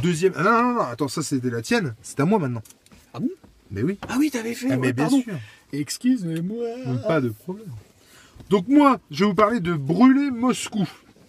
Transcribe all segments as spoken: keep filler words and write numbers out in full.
deuxième... Ah non, non, non, attends, ça c'était la tienne. C'est à moi maintenant. Ah bon? Mais oui. Ah oui, t'avais fait. Ah, mais ouais, bien pardon. sûr. Excuse-moi. Pas de problème. Donc moi, je vais vous parler de Brûler Moscou,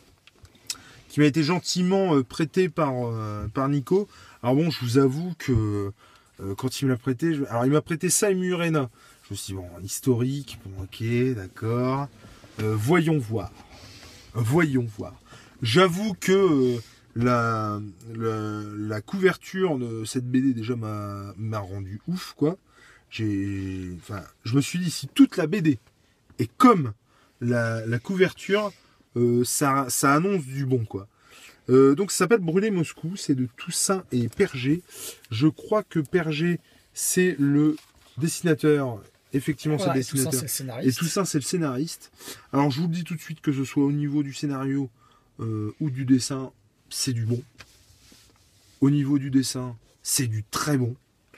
qui m'a été gentiment euh, prêté par, euh, par Nico. Alors bon, je vous avoue que euh, quand il me l'a prêté, je... alors il m'a prêté ça et Murena. Je me suis dit, bon, historique, bon, ok, d'accord. Euh, voyons voir. Voyons voir. J'avoue que euh, la, la, la couverture de cette B D déjà m'a m'a rendu ouf, quoi. J'ai, enfin, je me suis dit, si toute la B D est comme la, la couverture, euh, ça, ça annonce du bon, quoi. Euh, donc ça s'appelle Brûler Moscou, c'est de Toussaint et Perger. Je crois que Perger, c'est le dessinateur. Effectivement, Voilà, c'est le dessinateur. Et Toussaint, c'est le scénariste. Et Toussaint, c'est le scénariste. Alors je vous le dis tout de suite, que ce soit au niveau du scénario euh, ou du dessin, c'est du bon. Au niveau du dessin, c'est du très bon.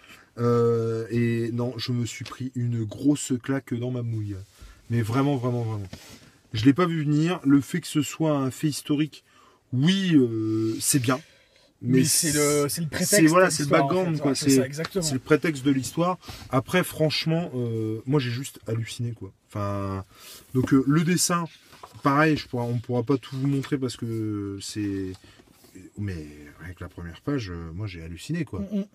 Euh, et non, je me suis pris une grosse claque dans ma mouille. Mais vraiment, vraiment, vraiment. Je ne l'ai pas vu venir. Le fait que ce soit un fait historique, oui, euh, c'est bien. Mais, mais c'est le, c'est le prétexte. C'est voilà, c'est le background, en fait. quoi. Ouais, c'est, c'est, c'est le prétexte de l'histoire. Après, franchement, euh, moi j'ai juste halluciné, quoi. Enfin, donc euh, le dessin, pareil, je pourrais, on ne pourra pas tout vous montrer parce que c'est. Mais avec la première page, euh, moi j'ai halluciné, quoi. Mm-hmm.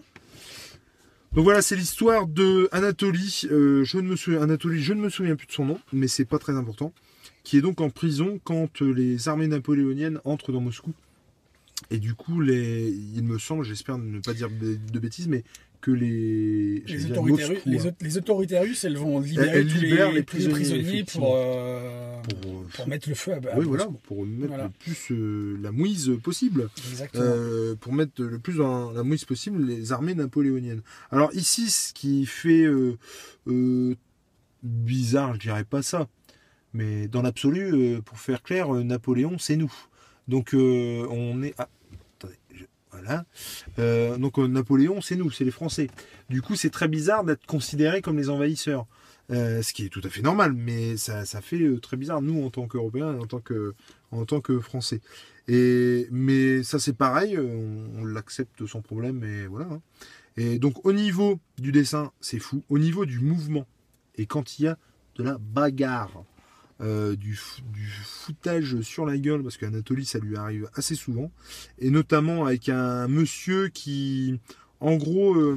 Donc voilà, c'est l'histoire de Anatoly. Euh, je ne me souviens, Anatoly, je ne me souviens plus de son nom, mais c'est pas très important. Qui est donc en prison quand les armées napoléoniennes entrent dans Moscou. Et du coup, les, il me semble, j'espère ne pas dire de, de bêtises, mais que les les autorités, Moscou, les, hein. les autorités russes, elles vont libérer elles tous libèrent les, les prisonniers, prisonniers pour, euh, pour, pour mettre le feu à, à oui, voilà, pour mettre voilà. le plus euh, la mouise possible. Exactement. Euh, pour mettre le plus dans la mouise possible les armées napoléoniennes. Alors ici, ce qui fait euh, euh, bizarre, je dirais pas ça, mais dans l'absolu, euh, pour faire clair, euh, Napoléon, c'est nous. Donc euh, on est... Ah, attendez, je... voilà. Euh, donc euh, Napoléon, c'est nous, c'est les Français. Du coup, c'est très bizarre d'être considérés comme les envahisseurs. Euh, ce qui est tout à fait normal, mais ça, ça fait euh, très bizarre, nous, en tant qu'Européens et en tant que, en tant que Français. Et, mais ça, c'est pareil, on, on l'accepte sans problème, et voilà. Hein. Et donc, au niveau du dessin, c'est fou. Au niveau du mouvement, et quand il y a de la bagarre, Euh, du, du foutage sur la gueule, parce qu'Anatoly, ça lui arrive assez souvent, et notamment avec un monsieur qui, en gros, euh...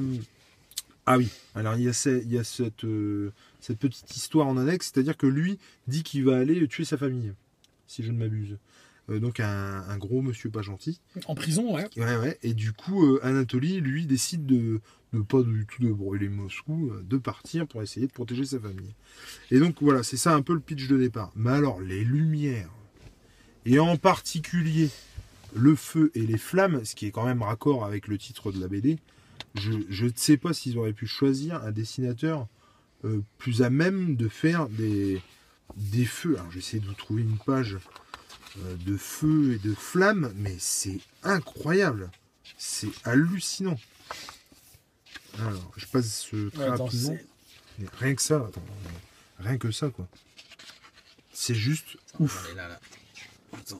ah oui, alors il y a, ce, il y a cette, euh, cette petite histoire en annexe, c'est-à-dire que lui dit qu'il va aller tuer sa famille, si je ne m'abuse. Euh, donc un, un gros monsieur pas gentil. En prison, ouais. Ouais, ouais. Et du coup, euh, Anatoly, lui, décide de ne pas du tout de brûler Moscou, euh, de partir pour essayer de protéger sa famille. Et donc voilà, c'est ça un peu le pitch de départ. Mais alors, les lumières, et en particulier le feu et les flammes, ce qui est quand même raccord avec le titre de la B D, je, je ne sais pas s'ils auraient pu choisir un dessinateur euh, plus à même de faire des, des feux. Alors j'essaie de vous trouver une page de feu et de flammes, mais c'est incroyable, c'est hallucinant. Alors, je passe très ouais, attends, rapidement. Mais rien que ça, attends, rien que ça, quoi. C'est juste attends, ouf. Là, là. Attends.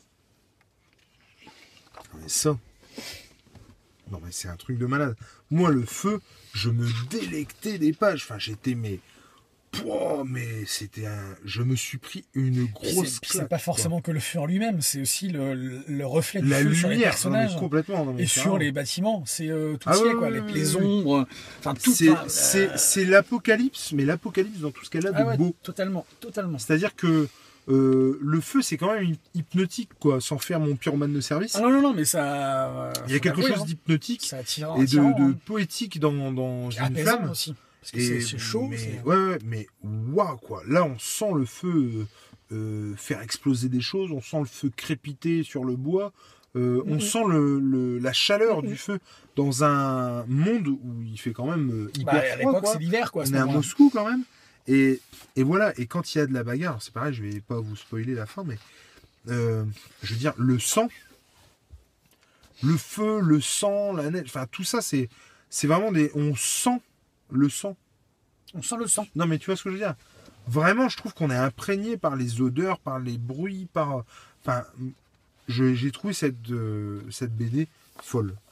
Non, mais ça, non mais c'est un truc de malade. Moi, le feu, je me délectais des pages. Enfin, j'étais mais. Oh, mais c'était un. Je me suis pris une grosse. C'est, c'est pas forcément quoi. Que le feu en lui-même, c'est aussi le, le reflet du la feu lumière, sur les personnages. Non, complètement. Non, et sur les bâtiments. C'est euh, tout ah, ce ouais, qui est, quoi. Ouais, les, les ombres. Enfin, tout. C'est, enfin, c'est, euh... c'est l'apocalypse, mais l'apocalypse dans tout ce qu'elle a de ah ouais, beau. Totalement, totalement. C'est-à-dire que. Euh, le feu, c'est quand même hypnotique, quoi, sans faire mon pyromane de service. Ah non, non, non, mais ça. Euh, Il y a quelque chose hein. d'hypnotique ça attire, et de, attirant, de hein. poétique dans, dans une apaisant flamme. Aussi. Parce que et c'est, c'est chaud. Mais, c'est... Ouais, ouais, mais waouh, quoi. Là, on sent le feu euh, faire exploser des choses, on sent le feu crépiter sur le bois, euh, mm-hmm. on sent le, le, la chaleur mm-hmm. du feu dans un monde où il fait quand même hyper bah, froid. À l'époque, quoi. c'est l'hiver, quoi. On est à Moscou quand même. Et, et voilà, et quand il y a de la bagarre, c'est pareil, je vais pas vous spoiler la fin, mais euh, je veux dire, le sang, le feu, le sang, la neige, enfin tout ça, c'est, c'est vraiment des. On sent le sang. On sent le sang. Non, mais tu vois ce que je veux dire? Vraiment, je trouve qu'on est imprégné par les odeurs, par les bruits, par. Enfin, je, j'ai trouvé cette, euh, cette B D folle.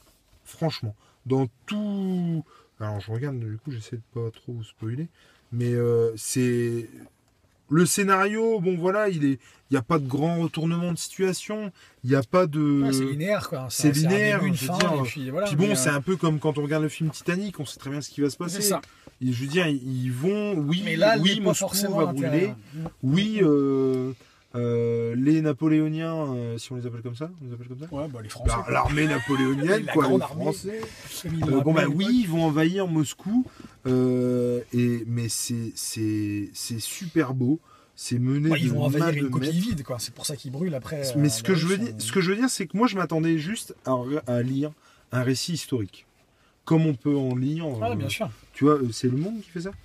franchement. Dans tout... Alors je regarde, du coup j'essaie de pas trop spoiler, mais euh, c'est... Le scénario, bon voilà, il est, il n'y a pas de grand retournement de situation, il n'y a pas de... Ouais, c'est linéaire, quoi. C'est linéaire, un début, une je veux fin, dire. et puis voilà. Puis bon, mais, c'est euh, un peu comme quand on regarde le film Titanic, on sait très bien ce qui va se passer. c'est ça. Et je veux dire, ils vont, oui, Mais là, il oui, n'est pas Moscou forcément va l'intérêt. brûler, oui, euh, euh, les Napoléoniens, euh, si on les appelle comme ça, on les appelle comme ça. Ouais, bah les Français. Bah, l'armée napoléonienne, La quoi, grande les armée. Français. Comme ils Euh, l'ont bon bah appelé à oui, l'époque. ils vont envahir Moscou, euh, et mais c'est c'est c'est super beau, c'est mené Bah, de ils vont main envahir de une coquille maître. vide, quoi. C'est pour ça qu'ils brûlent après. Mais euh, ce que les je veux Russes, dire, on- ce que je veux dire, c'est que moi je m'attendais juste à, à lire un récit historique, comme on peut en lire. Ah, euh, bien sûr. Tu vois, euh, c'est Le Monde qui fait ça.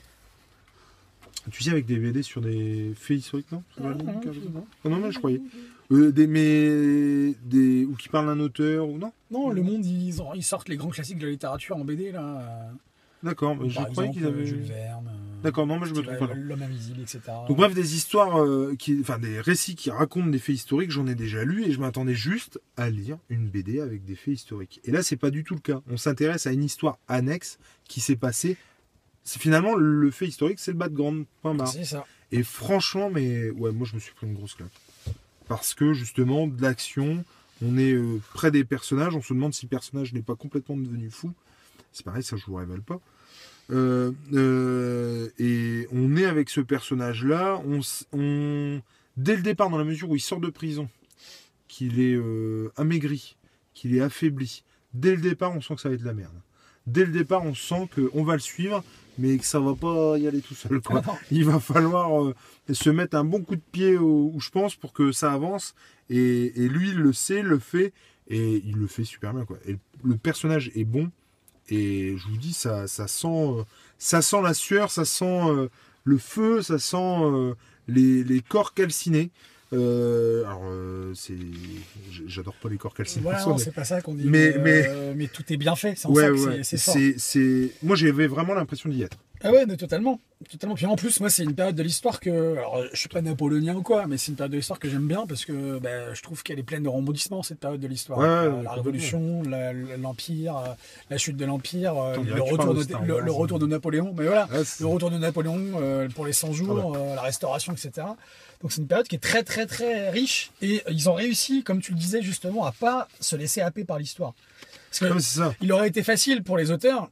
Tu sais, avec des B D sur des faits historiques, non C'est pas Le Monde qui a fait ça Ah non, mais je croyais. Euh, des, mais des ou qui parlent d'un auteur ou non Non, Le Monde, ils, ont- ils sortent les grands classiques de la littérature en B D, là. euh, D'accord, mais je Par croyais exemple, qu'ils avaient. Jules Verne. euh, D'accord, non, mais je me Steve- trompe pas. L'homme invisible, et cetera. Donc bref, des histoires, euh, qui, enfin des récits qui racontent des faits historiques, j'en ai déjà lu et je m'attendais juste à lire une B D avec des faits historiques. Et là, c'est pas du tout le cas. On s'intéresse à une histoire annexe qui s'est passée. C'est finalement le fait historique, c'est le background. Point barre. C'est ça. Et franchement, mais ouais, moi je me suis pris une grosse claque parce que justement de l'action, on est euh, près des personnages, on se demande si le personnage n'est pas complètement devenu fou. C'est pareil, ça je vous révèle pas. Euh, euh, et on est avec ce personnage-là, on, s- on, dès le départ, dans la mesure où il sort de prison, qu'il est euh, amaigri, qu'il est affaibli, dès le départ, on sent que ça va être de la merde. Dès le départ, on sent qu'on va le suivre, mais que ça va pas y aller tout seul, quoi. Ah non. Il va falloir euh, se mettre un bon coup de pied où, où je pense pour que ça avance. Et, et lui, il le sait, le fait, et il le fait super bien, quoi. Et le, le personnage est bon. Et je vous dis, ça, ça, sent, euh, ça sent la sueur, ça sent euh, le feu, ça sent euh, les, les corps calcinés. Euh, alors, euh, c'est, j'adore pas les corps calcinés. Voilà, perso, non, mais- c'est pas ça qu'on dit. mais- Mais, euh, mais tout est bien fait. C'est en Ouais, ça que ouais, c'est- c'est fort. c'est, c'est... Moi, j'avais vraiment l'impression d'y être. Ah ouais, mais totalement. Totalement. Puis en plus, moi, c'est une période de l'histoire que. Alors, je suis pas napoléonien ou quoi, mais c'est une période de l'histoire que j'aime bien parce que bah, je trouve qu'elle est pleine de rebondissements, cette période de l'histoire. Ouais, Euh, ouais, la complètement. Révolution, la- l'Empire, euh, la chute de l'Empire, euh, Attends, on le, dirait que tu retour parles de, de Star le, Wars, le retour de Napoléon. Mais voilà, Ouais, c'est- le retour de Napoléon euh, pour les cent jours, euh, la Restauration, et cetera. Donc c'est une période qui est très, très, très riche et ils ont réussi, comme tu le disais justement, à pas se laisser happer par l'histoire. Parce que Ouais, c'est ça. il aurait été facile pour les auteurs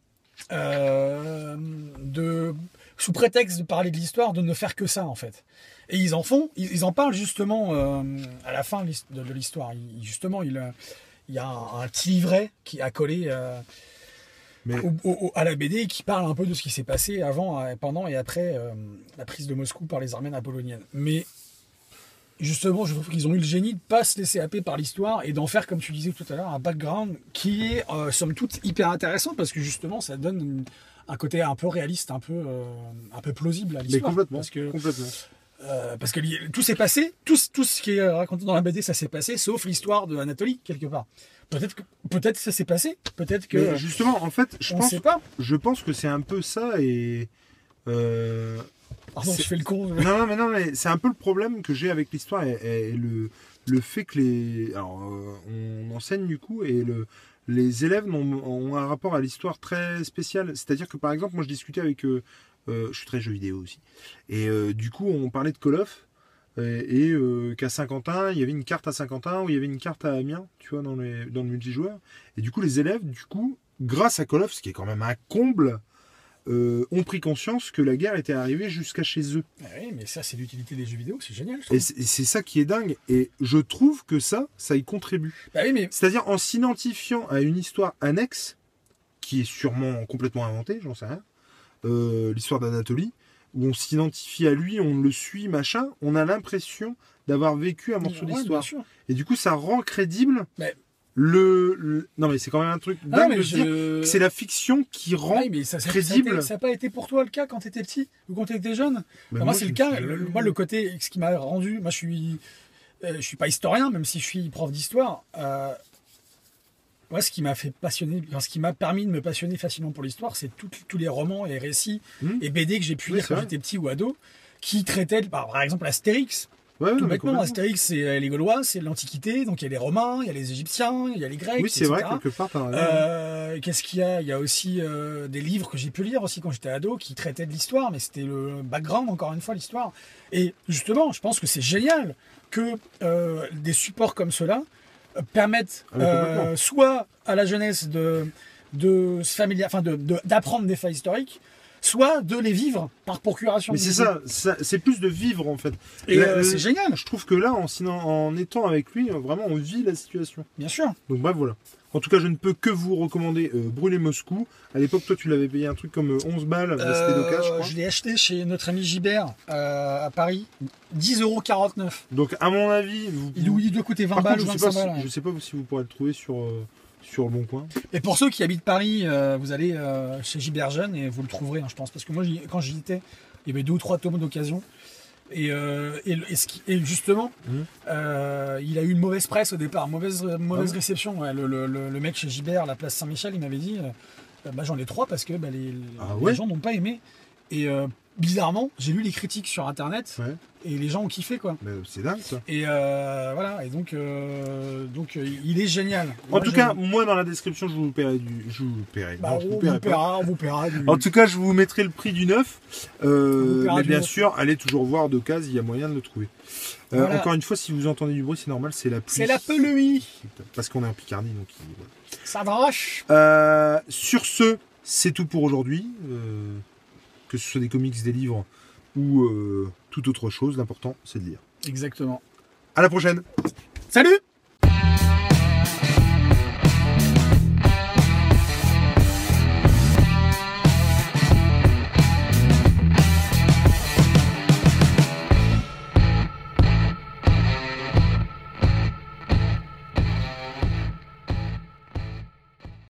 euh, de, sous prétexte de parler de l'histoire, de ne faire que ça en fait. Et ils en font, ils, ils en parlent justement euh, à la fin de l'his- de de l'histoire. Il- Justement, il, euh, il y a un, un petit livret qui a collé euh, Mais au- au- à la B D qui parle un peu de ce qui s'est passé avant, euh, pendant et après euh, la prise de Moscou par les armées napoléoniennes. Mais justement, je trouve qu'ils ont eu le génie de pas se laisser happer par l'histoire et d'en faire, comme tu disais tout à l'heure, un background qui est, euh, somme toute, hyper intéressant parce que justement, ça donne une- un côté un peu réaliste, un peu, euh, un peu plausible à mais l'histoire. complètement. Parce que, complètement. euh, parce que li- tout s'est passé, tout, tout ce qui est raconté dans la B D, ça s'est passé, sauf l'histoire de Anatolie, quelque part. Peut-être que peut-être ça s'est passé, peut-être que. Mais justement, en fait, je on ne pense, sait pas. je pense que c'est un peu ça et. euh, Pardon, c'est- je fais le con. Non, non, mais non, mais c'est un peu le problème que j'ai avec l'histoire et, et le, le fait que les. Alors, euh, on enseigne du coup et le, les élèves ont, ont un rapport à l'histoire très spécial. C'est-à-dire que par exemple, moi je discutais avec. Euh, euh, je suis très jeu vidéo aussi. Et euh, du coup, on parlait de Call of. euh, Et euh, qu'à Saint-Quentin, il y avait une carte à Saint-Quentin où il y avait une carte à Amiens, tu vois, dans, les, dans le multijoueur. Et du coup, les élèves, du coup, grâce à Call of, ce qui est quand même un comble, euh, ont pris conscience que la guerre était arrivée jusqu'à chez eux. Ah oui, mais ça, c'est l'utilité des jeux vidéo, c'est génial. je Et trouve. c'est et c'est ça qui est dingue. Et je trouve que ça, ça y contribue. Bah oui, mais C'est-à-dire en s'identifiant à une histoire annexe, qui est sûrement complètement inventée, j'en sais rien, euh, l'histoire d'Anatolie, où on s'identifie à lui, on le suit, machin, on a l'impression d'avoir vécu un morceau Ouais, bien d'histoire. sûr. Et du coup, ça rend crédible Mais- le, le- Non, mais c'est quand même un truc Ah dingue non, mais de se dire je... que c'est la fiction qui rend. Ouais, mais ça, ça- crédible. Ça n'a pas, pas été pour toi le cas quand tu étais petit ou quand tu étais jeune. Mais Enfin, moi, c'est je le me cas. suis- Le- le- moi, le côté, ce qui m'a rendu, moi, je suis, euh, je suis pas historien, même si je suis prof d'histoire. Euh, moi, ce qui m'a fait passionner, enfin, ce qui m'a permis de me passionner facilement pour l'histoire, c'est tout- tous les romans et récits Hmm. et B D que j'ai pu Oui, lire c'est quand vrai. j'étais petit ou ado, qui traitaient, par, par exemple, Astérix. Ouais, Tout non, mais bêtement, complètement. Astérix, c'est euh, les Gaulois, c'est l'Antiquité, donc il y a les Romains, il y a les Égyptiens, il y a les Grecs, Oui, c'est vrai, et cetera. quelque part, t'as raison. Euh, Qu'est-ce qu'il y a? Il y a aussi euh, des livres que j'ai pu lire aussi quand j'étais ado qui traitaient de l'histoire, mais c'était le background, encore une fois, l'histoire. Et justement, je pense que c'est génial que euh, des supports comme cela euh, permettent Ah, mais complètement. euh, soit à la jeunesse de, de se familiar, enfin de, de- d'apprendre des faits historiques, soit de les vivre par procuration. Mais du c'est coup. ça, ça- c'est plus de vivre en fait. Et Là, euh, le- c'est génial, Je trouve que là, en, sinon, en étant avec lui, euh, vraiment, on vit la situation. bien sûr. Donc bref, voilà. En tout cas, je ne peux que vous recommander euh, Brûler Moscou. À l'époque, toi, tu l'avais payé un truc comme euh, onze balles. Bah, c'était d'occasion, je Euh, crois. je l'ai acheté chez notre ami Gibert euh, à Paris, dix euros quarante-neuf. Donc, à mon avis, vous, Il, il doit coûter vingt Par balles contre, ou je sais, vingt-cinq pas balles. si, ouais. je sais pas si vous pourrez le trouver sur, euh, sur le bon coin. Et pour ceux qui habitent Paris, euh, vous allez euh, chez Gibert Jeune et vous le trouverez, hein, je pense. Parce que moi, j'y- quand j'y étais, il y avait deux ou trois tomes d'occasion. Et, euh, et, le- et ce qui- et justement, Mhm. euh, il a eu une mauvaise presse au départ, mauvaise, mauvaise Ah bon réception. Ouais, le, le- le- le mec chez Gibert, la place Saint-Michel, il m'avait dit euh, bah, j'en ai trois parce que bah, les, Ah les ouais gens n'ont pas aimé. Et euh, bizarrement, j'ai lu les critiques sur internet Ouais. et les gens ont kiffé quoi. Mais c'est dingue ça. Et euh, voilà, et donc, euh, donc euh, il est génial. En Moi, tout je- cas, moi dans la description, je vous paierai du. Je vous paierai. bah, Non, je on vous vous paierai pas. paiera, on vous paiera. du- En tout cas, je vous mettrai le prix du neuf. Euh, On vous paiera mais du bien neuf. sûr, allez toujours voir d'occasion, il y a moyen de le trouver. Euh, Voilà. Encore une fois, si vous entendez du bruit, c'est normal, c'est la pluie. C'est la pluie, Parce qu'on est en Picardie, donc il- voilà. ça drache. Euh, sur ce, c'est tout pour aujourd'hui. Euh, que ce soit des comics, des livres ou euh, toute autre chose, l'important c'est de lire. Exactement. À la prochaine! Salut!